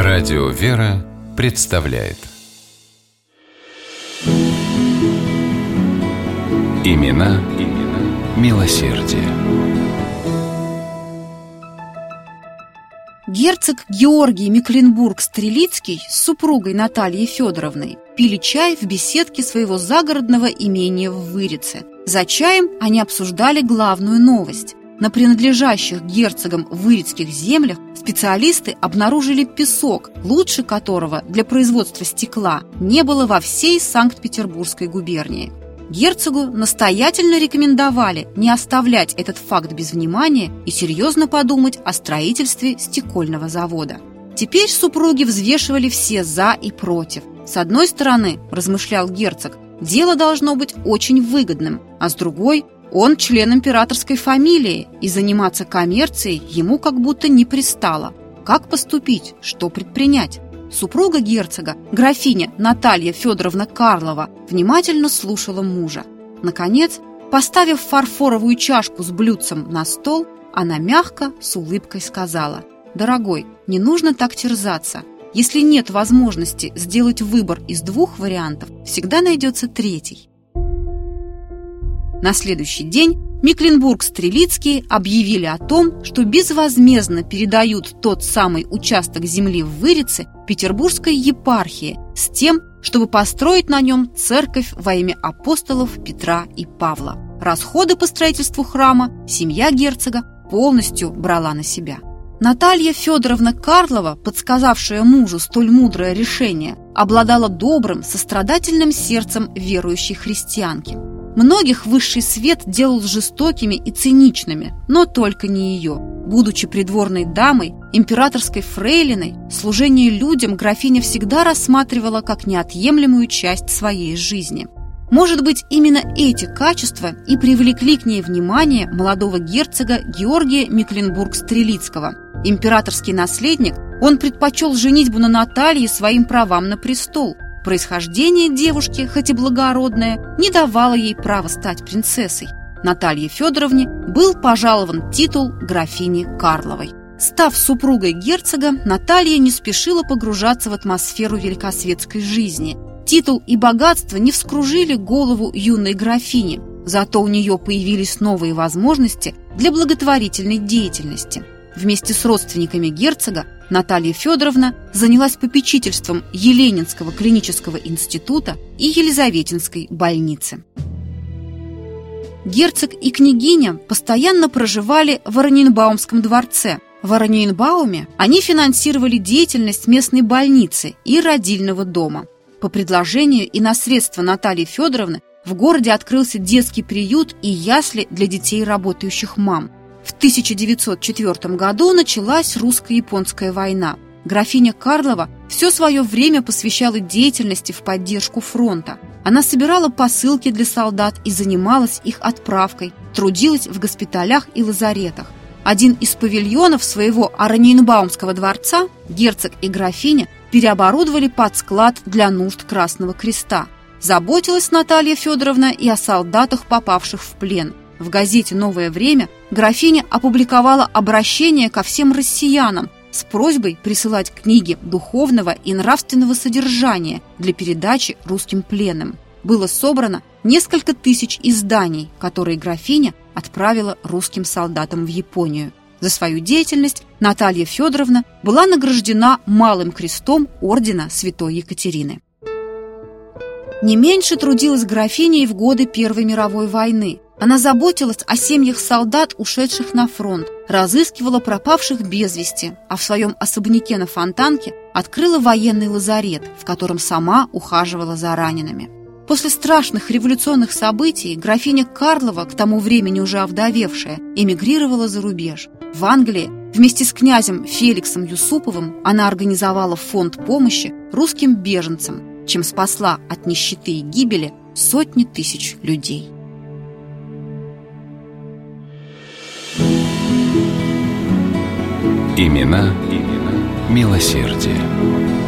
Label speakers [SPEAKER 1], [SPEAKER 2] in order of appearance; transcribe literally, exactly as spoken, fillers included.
[SPEAKER 1] Радио «Вера» представляет Имена, имена милосердия.
[SPEAKER 2] Герцог Георгий Мекленбург-Стрелицкий с супругой Натальей Федоровной пили чай в беседке своего загородного имения в Вырице. За чаем они обсуждали главную новость. На принадлежащих герцогам вырицких землях специалисты обнаружили песок, лучше которого для производства стекла не было во всей Санкт-Петербургской губернии. Герцогу настоятельно рекомендовали не оставлять этот факт без внимания и серьезно подумать о строительстве стекольного завода. Теперь супруги взвешивали все «за» и «против». С одной стороны, размышлял герцог, дело должно быть очень выгодным, а с другой – он член императорской фамилии, и заниматься коммерцией ему как будто не пристало. Как поступить? Что предпринять? Супруга герцога, графиня Наталья Федоровна Карлова, внимательно слушала мужа. Наконец, поставив фарфоровую чашку с блюдцем на стол, она мягко, с улыбкой сказала: «Дорогой, не нужно так терзаться. Если нет возможности сделать выбор из двух вариантов, всегда найдется третий». На следующий день Мекленбург-Стрелицкие объявили о том, что безвозмездно передают тот самый участок земли в Вырице Петербургской епархии с тем, чтобы построить на нем церковь во имя апостолов Петра и Павла. Расходы по строительству храма семья герцога полностью брала на себя. Наталья Федоровна Карлова, подсказавшая мужу столь мудрое решение, обладала добрым, сострадательным сердцем верующей христианки. Многих высший свет делал жестокими и циничными, но только не ее. Будучи придворной дамой, императорской фрейлиной, служение людям графиня всегда рассматривала как неотъемлемую часть своей жизни. Может быть, именно эти качества и привлекли к ней внимание молодого герцога Георгия Мекленбург-Стрелицкого. Императорский наследник, он предпочел женитьбу на Наталье своим правам на престол. Происхождение девушки, хоть и благородное, не давало ей права стать принцессой. Наталье Федоровне был пожалован титул графини Карловой. Став супругой герцога, Наталья не спешила погружаться в атмосферу великосветской жизни. Титул и богатство не вскружили голову юной графини, зато у нее появились новые возможности для благотворительной деятельности. Вместе с родственниками герцога Наталья Федоровна занялась попечительством Еленинского клинического института и Елизаветинской больницы. Герцог и княгиня постоянно проживали в Ораниенбаумском дворце. В Ораниенбауме они финансировали деятельность местной больницы и родильного дома. По предложению и на средства Натальи Федоровны в городе открылся детский приют и ясли для детей работающих мам. В тысяча девятьсот четвёртом году началась русско-японская война. Графиня Карлова все свое время посвящала деятельности в поддержку фронта. Она собирала посылки для солдат и занималась их отправкой, трудилась в госпиталях и лазаретах. Один из павильонов своего Ораниенбаумского дворца герцог и графиня переоборудовали под склад для нужд Красного Креста. Заботилась Наталья Федоровна и о солдатах, попавших в плен. В газете «Новое время» графиня опубликовала обращение ко всем россиянам с просьбой присылать книги духовного и нравственного содержания для передачи русским пленным. Было собрано несколько тысяч изданий, которые графиня отправила русским солдатам в Японию. За свою деятельность Наталья Федоровна была награждена Малым крестом ордена Святой Екатерины. Не меньше трудилась графиня и в годы Первой мировой войны. Она заботилась о семьях солдат, ушедших на фронт, разыскивала пропавших без вести, а в своем особняке на Фонтанке открыла военный лазарет, в котором сама ухаживала за ранеными. После страшных революционных событий графиня Карлова, к тому времени уже овдовевшая, эмигрировала за рубеж. В Англии вместе с князем Феликсом Юсуповым она организовала фонд помощи русским беженцам, чем спасла от нищеты и гибели сотни тысяч людей.
[SPEAKER 1] Имена, имена милосердия.